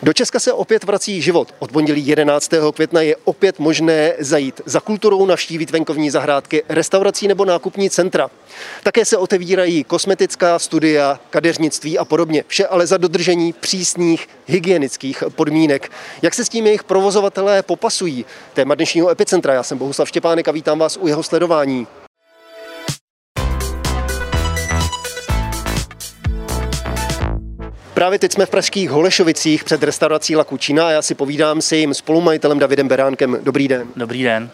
Do Česka se opět vrací život. Od pondělí 11. května je opět možné zajít za kulturou, navštívit venkovní zahrádky, restaurací nebo nákupní centra. Také se otevírají kosmetická studia, kadeřnictví a podobně. Vše ale za dodržení přísných hygienických podmínek. Jak se s tím jejich provozovatelé popasují? Téma dnešního Epicentra. Já jsem Bohuslav Štěpánek a vítám vás u jeho sledování. Právě teď jsme v pražských Holešovicích před restaurací La Cucina a já si povídám s jejím spolumajitelem Davidem Beránkem. Dobrý den. Dobrý den.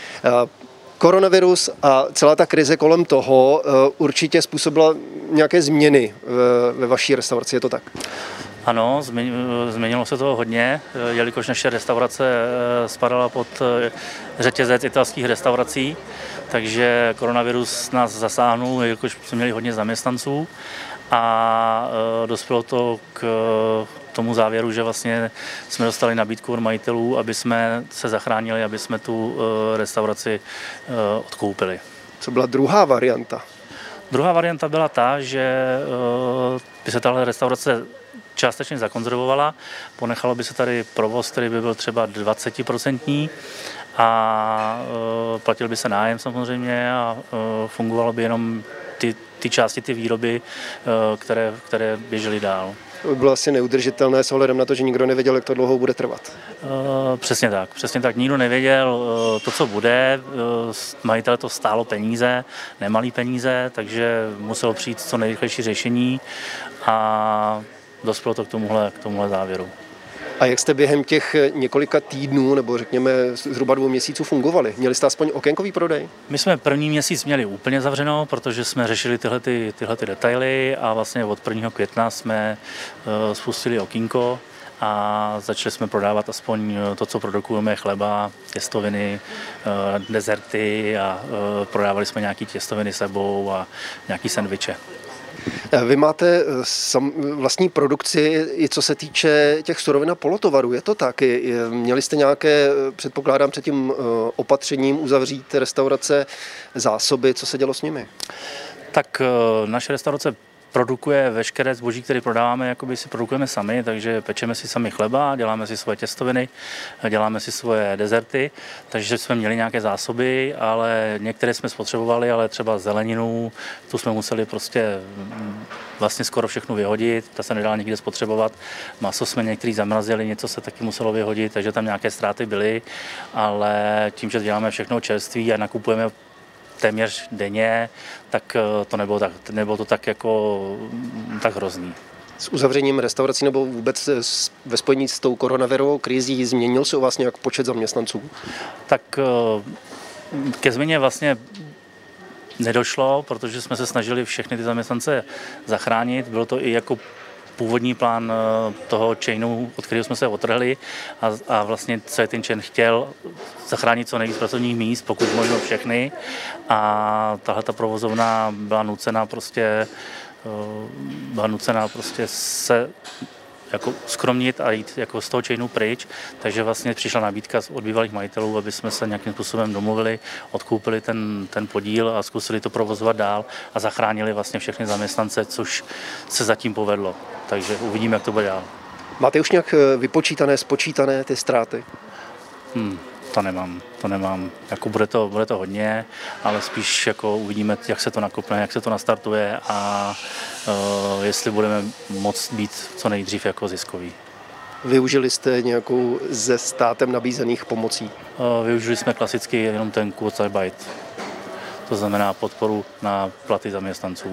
Koronavirus a celá ta krize kolem toho určitě způsobila nějaké změny ve vaší restauraci, je to tak? Ano, změnilo se toho hodně, jelikož naše restaurace spadala pod řetězec italských restaurací, takže koronavirus nás zasáhnul, jelikož jsme měli hodně zaměstnanců a dospělo to k tomu závěru, že vlastně jsme dostali nabídku od majitelů, aby jsme se zachránili, aby jsme tu restauraci odkoupili. Co byla druhá varianta? Druhá varianta byla ta, že by se tahle restaurace částečně zakonzervovala, ponechalo by se tady provoz, který by byl třeba 20% a platil by se nájem samozřejmě a fungovalo by jenom ty části, ty výroby, které běžely dál. To by bylo asi neudržitelné s ohledem na to, že nikdo nevěděl, jak to dlouho bude trvat. Přesně tak. Nikdo nevěděl to, co bude. Majitel to stálo peníze, nemalý peníze, takže muselo přijít co nejrychlejší řešení a dospělo to k tomuhle závěru. A jak jste během těch několika týdnů, nebo řekněme zhruba 2 měsíců fungovali? Měli jste aspoň okénkový prodej? My jsme první měsíc měli úplně zavřeno, protože jsme řešili tyhle detaily a vlastně od 1. května jsme spustili okýnko a začali jsme prodávat aspoň to, co produkujeme, chleba, těstoviny, dezerty a prodávali jsme nějaké těstoviny sebou a nějaký sendviče. Vy máte vlastní produkci, i co se týče těch surovin a polotovarů, je to tak? Měli jste nějaké, předpokládám, před tím opatřením uzavřít restaurace, zásoby, co se dělo s nimi? Tak naše restaurace produkuje veškeré zboží, které prodáváme, jakoby si produkujeme sami, takže pečeme si sami chleba, děláme si svoje těstoviny, děláme si svoje dezerty, takže jsme měli nějaké zásoby, ale některé jsme spotřebovali, ale třeba zeleninu, tu jsme museli prostě vlastně skoro všechno vyhodit, ta se nedala nikde spotřebovat. Maso jsme některý zamrazili, něco se taky muselo vyhodit, takže tam nějaké ztráty byly, ale tím, že děláme všechno čerství a nakupujeme téměř denně, tak to nebylo to tak hrozný. S uzavřením restaurací nebo vůbec ve spojení s tou koronavirovou krizí změnil se u vás nějak počet zaměstnanců? Tak ke změně vlastně nedošlo, protože jsme se snažili všechny ty zaměstnance zachránit. Bylo to i jako původní plán toho chainu, od kterého jsme se otrhli a vlastně celý ten chain chtěl zachránit co nejvíc pracovních míst, pokud možno všechny a tahleta provozovna byla nucena prostě se jako skromnit a jít jako z toho chainu pryč, takže vlastně přišla nabídka od bývalých majitelů, aby jsme se nějakým způsobem domluvili, odkoupili ten podíl a zkusili to provozovat dál a zachránili vlastně všechny zaměstnance, což se zatím povedlo. Takže uvidíme, jak to bude dál. Máte už nějak vypočítané, spočítané ty ztráty? To nemám. Jako bude to hodně, ale spíš jako uvidíme, jak se to nakopne, jak se to nastartuje a jestli budeme moct být co nejdřív jako ziskový. Využili jste nějakou ze státem nabízených pomocí? Využili jsme klasicky jenom ten Kurzarbeit. To znamená podporu na platy zaměstnanců.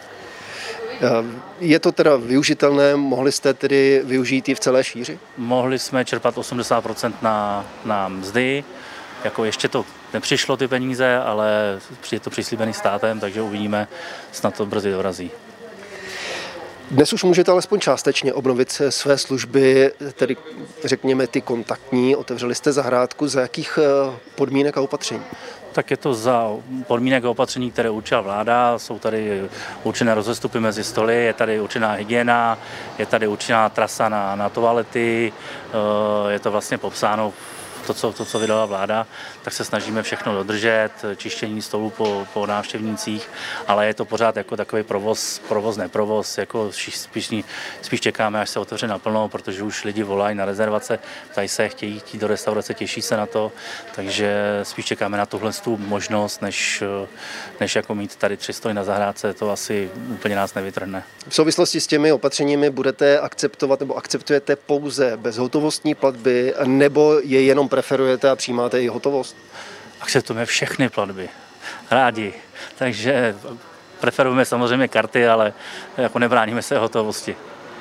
Je to teda využitelné? Mohli jste tedy využít i v celé šíři? Mohli jsme čerpat 80% na mzdy. Jako ještě to nepřišlo ty peníze, ale je to přislíbený státem, takže uvidíme, snad to brzy dorazí. Dnes už můžete alespoň částečně obnovit své služby, tedy řekněme ty kontaktní. Otevřeli jste zahrádku, za jakých podmínek a opatření? Tak je to za podmínek a opatření, které určila vláda, jsou tady určené rozestupy mezi stoly, je tady určená hygiena, je tady určená trasa na toalety, je to vlastně popsáno to, co vydala vláda, tak se snažíme všechno dodržet, čištění stolů po návštěvnících, ale je to pořád jako takový provoz, neprovoz, jako spíš čekáme, až se otevře naplno, protože už lidi volají na rezervace, tady se chtějí jít do restaurace, těší se na to, takže spíš čekáme na tuhle možnost, než jako mít tady 3 stoly na zahrádce, to asi úplně nás nevytrhne. V souvislosti s těmi opatřeními budete akceptovat nebo akceptujete pouze bezhotovostní platby, nebo je jenom preferujete a přijímáte i hotovost? Akceptujeme všechny platby, rádi, takže preferujeme samozřejmě karty, ale jako nebráníme se hotovosti.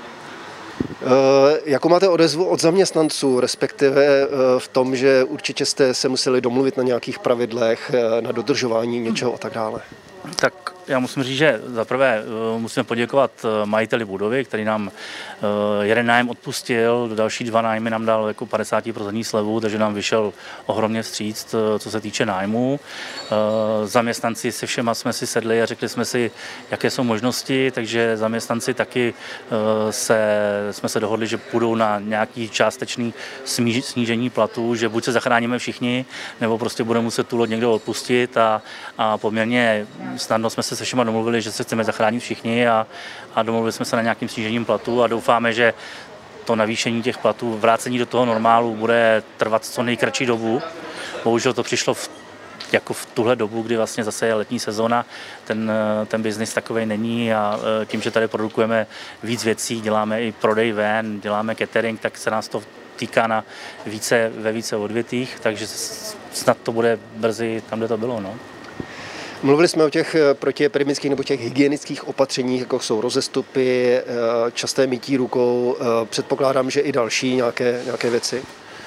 Jakou máte odezvu od zaměstnanců, respektive v tom, že určitě jste se museli domluvit na nějakých pravidlech, na dodržování něčeho a tak dále? Tak já musím říct, že zaprvé musíme poděkovat majiteli budovy, který nám jeden nájem odpustil, další 2 nájmy nám dal jako 50% slevu, takže nám vyšel ohromně vstříc, co se týče nájmu. Zaměstnanci se všema jsme si sedli a řekli jsme si, jaké jsou možnosti, takže zaměstnanci taky jsme se dohodli, že půjdou na nějaký částečný snížení platů, že buď se zachráníme všichni, nebo prostě budeme muset tu loď někdo odpustit a poměrně snadno jsme se všema domluvili, že se chceme zachránit všichni a domluvili jsme se na nějakým snížením platů a doufáme, že to navýšení těch platů, vrácení do toho normálu bude trvat co nejkratší dobu. Bohužel to přišlo jako v tuhle dobu, kdy vlastně zase je letní sezóna, ten biznis takovej není a tím, že tady produkujeme víc věcí, děláme i prodej ven, děláme catering, tak se nás to týká ve více odvětvích, takže snad to bude brzy tam, kde to bylo. No. Mluvili jsme o těch protiepidemických nebo těch hygienických opatřeních, jako jsou rozestupy, časté mytí rukou. Předpokládám, že i další nějaké věci.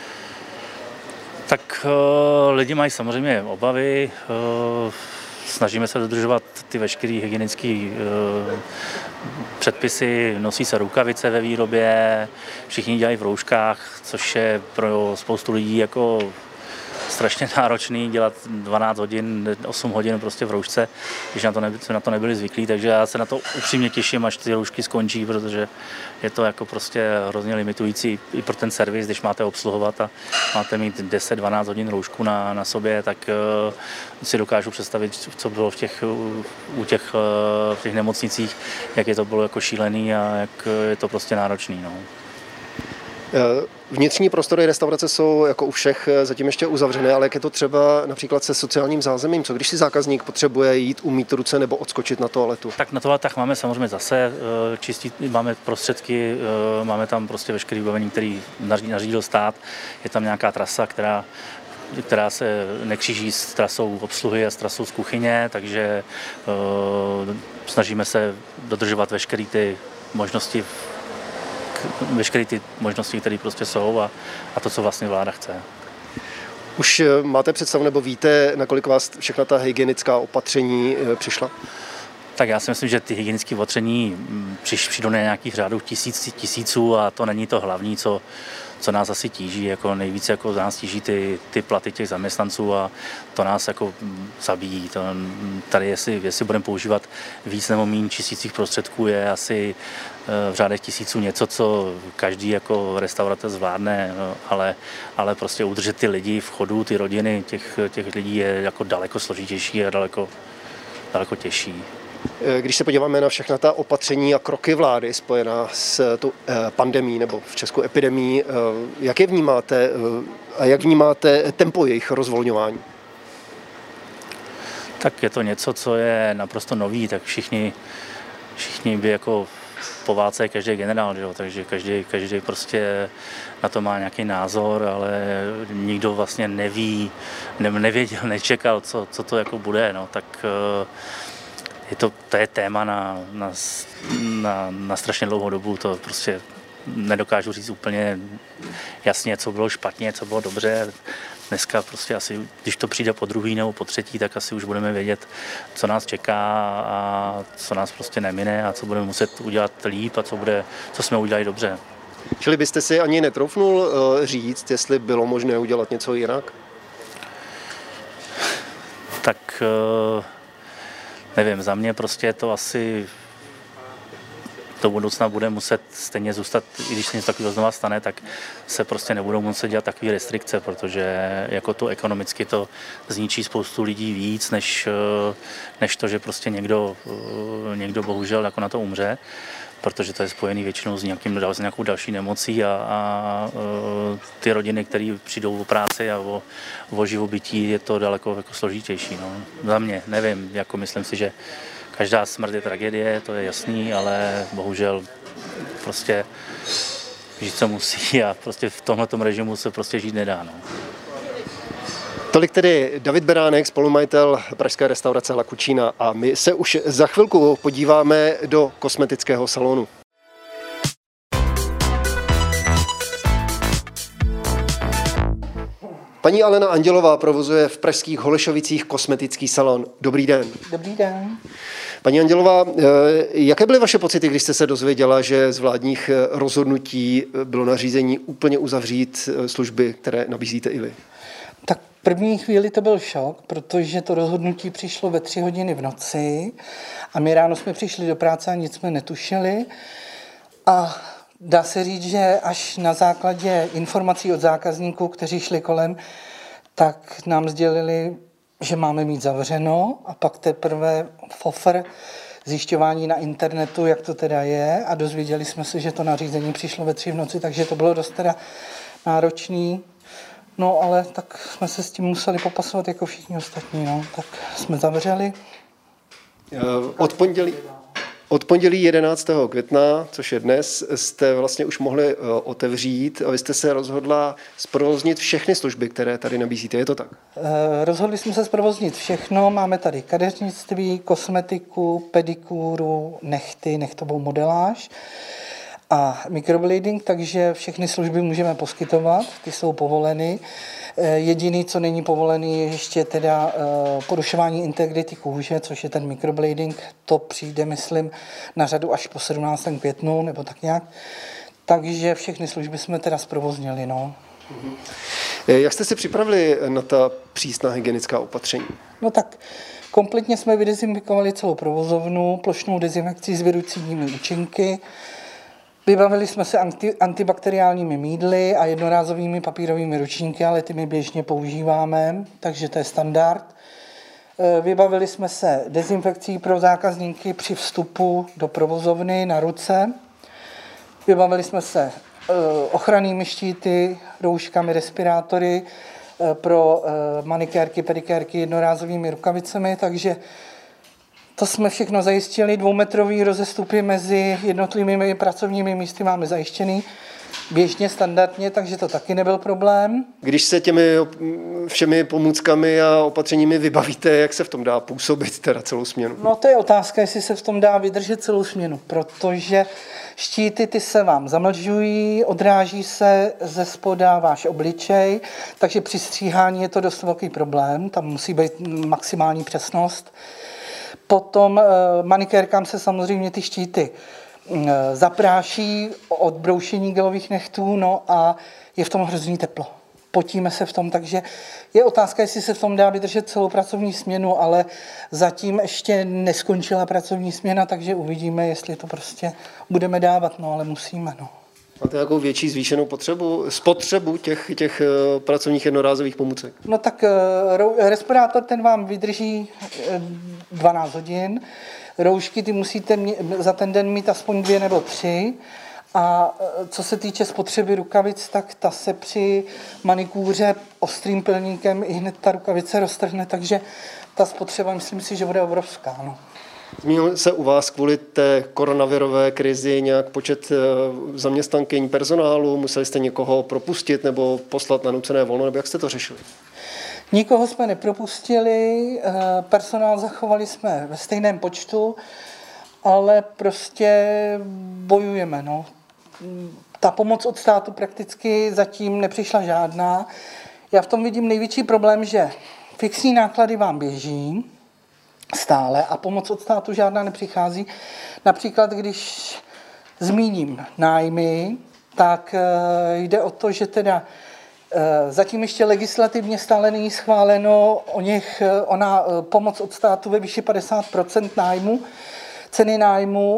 Tak lidi mají samozřejmě obavy. Snažíme se dodržovat ty veškeré hygienické předpisy, nosí se rukavice ve výrobě, všichni dělají v rouškách, což je pro spoustu lidí jako strašně náročný dělat 12 hodin, 8 hodin prostě v roušce, když na to nebyli zvyklí, takže já se na to upřímně těším, až ty roušky skončí, protože je to jako prostě hrozně limitující i pro ten servis, když máte obsluhovat a máte mít 10-12 hodin roušku na sobě, tak si dokážu představit, co bylo v těch nemocnicích, jak je to bylo jako šílený a jak je to prostě náročný. No. Vnitřní prostory restaurace jsou jako u všech zatím ještě uzavřené, ale jak je to třeba například se sociálním zázemím? Co když si zákazník potřebuje jít umýt ruce nebo odskočit na toaletu? Tak na toaletách máme samozřejmě zase máme prostředky, máme tam prostě veškerý vybavení, který nařídil stát. Je tam nějaká trasa, která se nekříží s trasou obsluhy a s trasou z kuchyně, takže snažíme se dodržovat veškeré ty možnosti, které prostě jsou a to, co vlastně vláda chce. Už máte představu nebo víte, nakolik vás všechna ta hygienická opatření přišla? Tak já si myslím, že ty hygienické opatření přijdou na nějakých řádů tisíců a to není to hlavní, co nás asi tíží, jako nejvíce jako nás tíží ty platy těch zaměstnanců a to nás jako zabíjí. Tady jestli budeme používat víc nebo méně čistících prostředků, je asi v řádech tisíců něco, co každý jako restauratér zvládne, ale prostě udržet ty lidi v chodu, ty rodiny těch lidí je jako daleko složitější a daleko těžší. Když se podíváme na všechna ta opatření a kroky vlády spojená s tou pandemií nebo v Česku epidemií, jak je vnímáte a jak vnímáte tempo jejich rozvolňování? Tak je to něco, co je naprosto nový, tak všichni by jako po válce je každý generál, jo? Takže každý prostě na to má nějaký názor, ale nikdo vlastně nevěděl, nečekal, co to jako bude, no, tak to je téma na strašně dlouhou dobu, to prostě nedokážu říct úplně jasně, co bylo špatně, co bylo dobře. Dneska prostě asi, když to přijde po druhý nebo po třetí, tak asi už budeme vědět, co nás čeká a co nás prostě nemine a co budeme muset udělat líp a co jsme udělali dobře. Čili byste si ani netroufnul říct, jestli bylo možné udělat něco jinak? Tak nevím, za mě prostě je to asi do budoucna bude muset stejně zůstat, i když se něco takového znova stane, tak se prostě nebudou muset dělat takové restrikce, protože jako to ekonomicky to zničí spoustu lidí víc, než to, že prostě někdo bohužel jako na to umře, protože to je spojený většinou s nějakou další nemocí a ty rodiny, které přijdou o práci a o živobytí, je to daleko jako složitější. No. Za mě, nevím, jako myslím si, že každá smrt je tragédie, to je jasný, ale bohužel prostě žít se musí a prostě v tomhletom režimu se prostě žít nedá. No. Tolik tedy David Beránek, spolumajitel pražské restaurace La Cucina, a my se už za chvilku podíváme do kosmetického salonu. Paní Alena Andělová provozuje v pražských Holešovicích kosmetický salon. Dobrý den. Dobrý den. Paní Andělová, jaké byly vaše pocity, když jste se dozvěděla, že z vládních rozhodnutí bylo nařízení úplně uzavřít služby, které nabízíte i vy? Tak v první chvíli to byl šok, protože to rozhodnutí přišlo ve 3 hodiny v noci a my ráno jsme přišli do práce a nic jsme netušili. A dá se říct, že až na základě informací od zákazníků, kteří šli kolem, tak nám sdělili, že máme mít zavřeno, a pak teprve fofr zjišťování na internetu, jak to teda je, a dozvěděli jsme se, že to nařízení přišlo ve 3 v noci, takže to bylo dost teda náročný. No ale tak jsme se s tím museli popasovat jako všichni ostatní, no. Tak jsme zavřeli. Od pondělí 11. května, což je dnes, jste vlastně už mohli otevřít a vy jste se rozhodla zprovoznit všechny služby, které tady nabízíte, je to tak? Rozhodli jsme se zprovoznit všechno, máme tady kadeřnictví, kosmetiku, pedikúru, nechty, nechtovou modeláž a microblading, takže všechny služby můžeme poskytovat, ty jsou povoleny. Jediný, co není povolený, je ještě teda porušování integrity kůže, což je ten microblading. To přijde, myslím, na řadu až po 17. květnu, nebo tak nějak. Takže všechny služby jsme teda zprovoznili, no. Jak jste si připravili na ta přísná hygienická opatření? No tak kompletně jsme vydezinfikovali celou provozovnu, plošnou dezinfekcí s virucidními účinky. Vybavili jsme se antibakteriálními mýdly a jednorázovými papírovými ručníky, ale ty my běžně používáme, takže to je standard. Vybavili jsme se dezinfekcí pro zákazníky při vstupu do provozovny na ruce. Vybavili jsme se ochrannými štíty, rouškami, respirátory pro manikérky, pedikérky, jednorázovými rukavicemi, takže to jsme všechno zajistili, 2metrový rozestupy mezi jednotlivými pracovními místy máme zajištěný běžně, standardně, takže to taky nebyl problém. Když se těmi všemi pomůckami a opatřeními vybavíte, jak se v tom dá působit teda celou směnu? No to je otázka, jestli se v tom dá vydržet celou směnu, protože štíty ty se vám zamlžují, odráží se ze spoda váš obličej, takže při stříhání je to dost velký problém, tam musí být maximální přesnost. Potom manikérkám se samozřejmě ty štíty zapráší od broušení gelových nechtů, no a je v tom hrozný teplo. Potíme se v tom, takže je otázka, jestli se v tom dá vydržet celou pracovní směnu, ale zatím ještě neskončila pracovní směna, takže uvidíme, jestli to prostě budeme dávat, no ale musíme, no. Máte nějakou větší zvýšenou spotřebu těch pracovních jednorázových pomůcek? No tak respirátor ten vám vydrží 12 hodin. Roušky ty musíte za ten den mít aspoň 2 nebo 3. A co se týče spotřeby rukavic, tak ta se při manikúře ostrým pilníkem i hned ta rukavice roztrhne, takže ta spotřeba, myslím si, že bude obrovská. No. Zmínil se u vás kvůli té koronavirové krizi nějak počet zaměstnankyň, personálu? Museli jste někoho propustit nebo poslat na nucené volno, nebo jak jste to řešili? Nikoho jsme nepropustili, personál zachovali jsme ve stejném počtu, ale prostě bojujeme. No. Ta pomoc od státu prakticky zatím nepřišla žádná. Já v tom vidím největší problém, že fixní náklady vám běží stále a pomoc od státu žádná nepřichází. Například, když zmíním nájmy, tak jde o to, že teda zatím ještě legislativně stále není schváleno ona pomoc od státu ve výši 50% nájmu, ceny nájmu.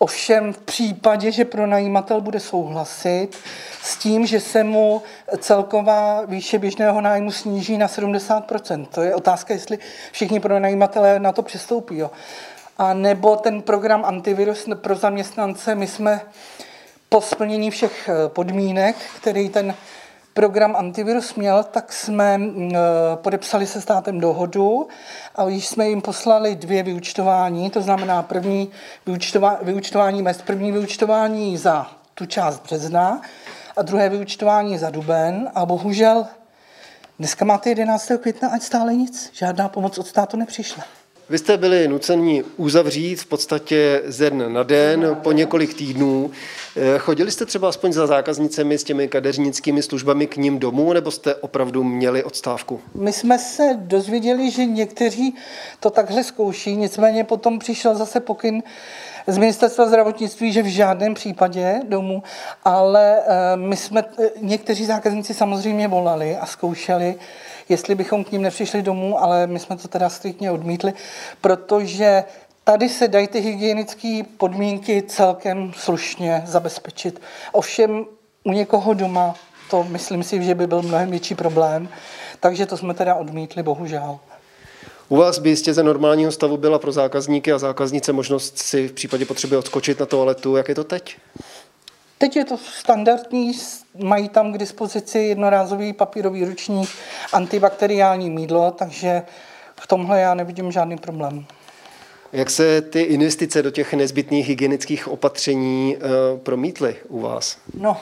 Ovšem v případě, že pronajímatel bude souhlasit s tím, že se mu celková výše běžného nájmu sníží na 70%. To je otázka, jestli všichni pronajímatelé na to přistoupí. Jo. A nebo ten program antivirus pro zaměstnance, my jsme po splnění všech podmínek, který ten program antivirus měl, tak jsme podepsali se státem dohodu a již jsme jim poslali 2 vyúčtování, to znamená první vyúčtování mest, první vyúčtování za tu část března a druhé vyúčtování za duben a bohužel dneska máte 11. května a stále nic, žádná pomoc od státu nepřišla. Vy jste byli nuceni uzavřít v podstatě ze dne na den po několik týdnů. Chodili jste třeba aspoň za zákaznicemi s těmi kadeřnickými službami k nim domů, nebo jste opravdu měli odstávku? My jsme se dozvěděli, že někteří to takhle zkouší, nicméně potom přišel zase pokyn z Ministerstva zdravotnictví, že v žádném případě domů, ale někteří zákazníci samozřejmě volali a zkoušeli, jestli bychom k ním nepřišli domů, ale my jsme to teda striktně odmítli, protože tady se dají ty hygienické podmínky celkem slušně zabezpečit. Ovšem u někoho doma to myslím si, že by byl mnohem větší problém, takže to jsme teda odmítli, bohužel. U vás by jistě za normálního stavu byla pro zákazníky a zákaznice možnost si v případě potřeby odskočit na toaletu. Jak je to teď? Teď je to standardní, mají tam k dispozici jednorázový papírový ručník, antibakteriální mýdlo, takže v tomhle já nevidím žádný problém. Jak se ty investice do těch nezbytných hygienických opatření promítly u vás? No,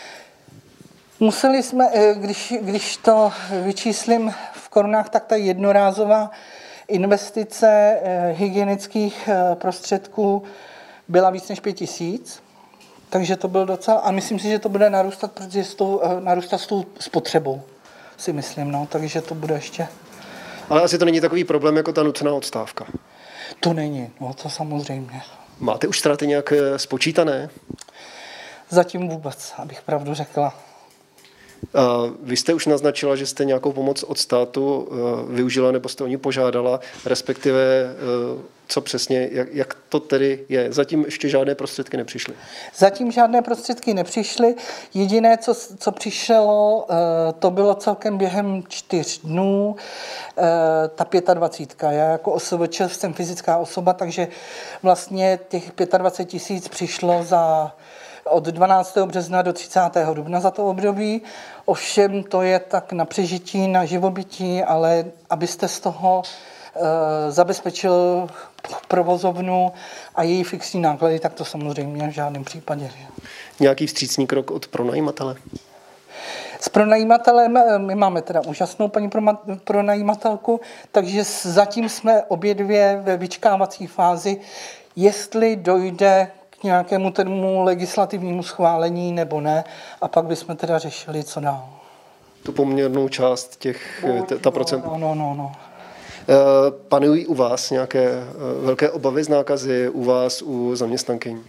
museli jsme, když to vyčíslím v korunách, tak ta jednorázová investice hygienických prostředků byla víc než 5 000. Takže to byl docela, a myslím si, že to bude narůstat, protože narůstat s tou spotřebou, si myslím, no, takže to bude ještě. Ale asi to není takový problém jako ta nutná odstávka. To není, no to samozřejmě. Máte už ztráty nějak spočítané? Zatím vůbec, abych pravdu řekla. Vy jste už naznačila, že jste nějakou pomoc od státu využila nebo jste o ní požádala, respektive co přesně, jak to tedy je? Zatím ještě žádné prostředky nepřišly? Zatím žádné prostředky nepřišly. Jediné, co přišlo, to bylo celkem během 4 dnů, ta 25. Já jako OSVČ jsem fyzická osoba, takže vlastně těch 25 000 přišlo od 12. března do 30. dubna za to období. Ovšem to je tak na přežití, na živobytí, ale abyste z toho zabezpečil provozovnu a její fixní náklady, tak to samozřejmě v žádném případě. Nějaký vstřícný krok od pronajímatele? S pronajímatelem, my máme teda úžasnou paní pronajímatelku, takže zatím jsme obě dvě ve vyčkávací fázi, jestli dojde k nějakému tomu legislativnímu schválení nebo ne, a pak bychom teda řešili, co dál. Tu poměrnou část ta procent? No. Panují u vás nějaké velké obavy z nákazy, u vás, u zaměstnankyň?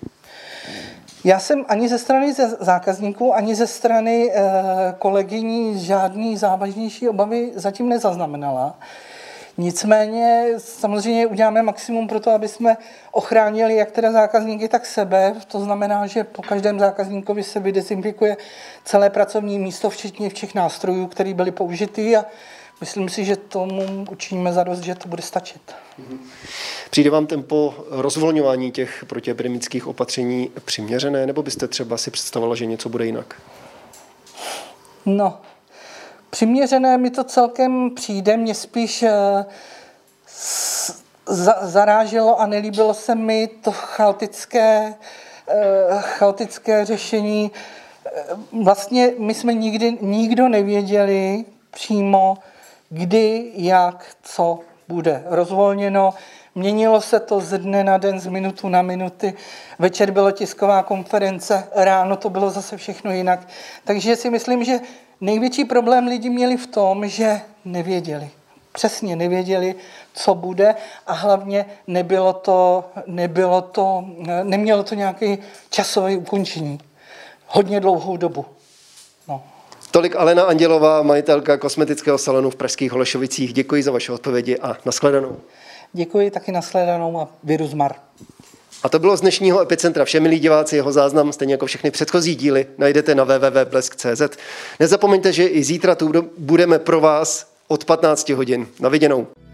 Já jsem ani ze strany zákazníků, ani ze strany kolegyní žádný závažnější obavy zatím nezaznamenala. Nicméně samozřejmě uděláme maximum pro to, aby jsme ochránili jak teda zákazníky, tak sebe. To znamená, že po každém zákazníkovi se vydezinfikuje celé pracovní místo, včetně všech nástrojů, které byly použity, a myslím si, že tomu učiníme zadost, že to bude stačit. Přijde vám tempo rozvolňování těch protiepidemických opatření přiměřené, nebo byste třeba si představovala, že něco bude jinak? No, přiměřené mi to celkem přijde, mě spíš zaráželo a nelíbilo se mi to chaotické řešení. Vlastně my jsme nikdo nevěděli přímo, kdy, jak, co bude rozvolněno. Měnilo se to ze dne na den, z minutu na minuty. Večer byla tisková konference, ráno to bylo zase všechno jinak. Takže si myslím, že největší problém lidi měli v tom, že nevěděli. Přesně nevěděli, co bude, a hlavně nemělo to nějaké časové ukončení. Hodně dlouhou dobu. No. Tolik Alena Andělová, majitelka kosmetického salonu v pražských Holešovicích. Děkuji za vaše odpovědi a nashledanou. Děkuji, taky nashledanou a virus mar. A to bylo z dnešního Epicentra vše, milí diváci, jeho záznam, stejně jako všechny předchozí díly, najdete na www.blesk.cz. Nezapomeňte, že i zítra tu budeme pro vás od 15 hodin. Na viděnou.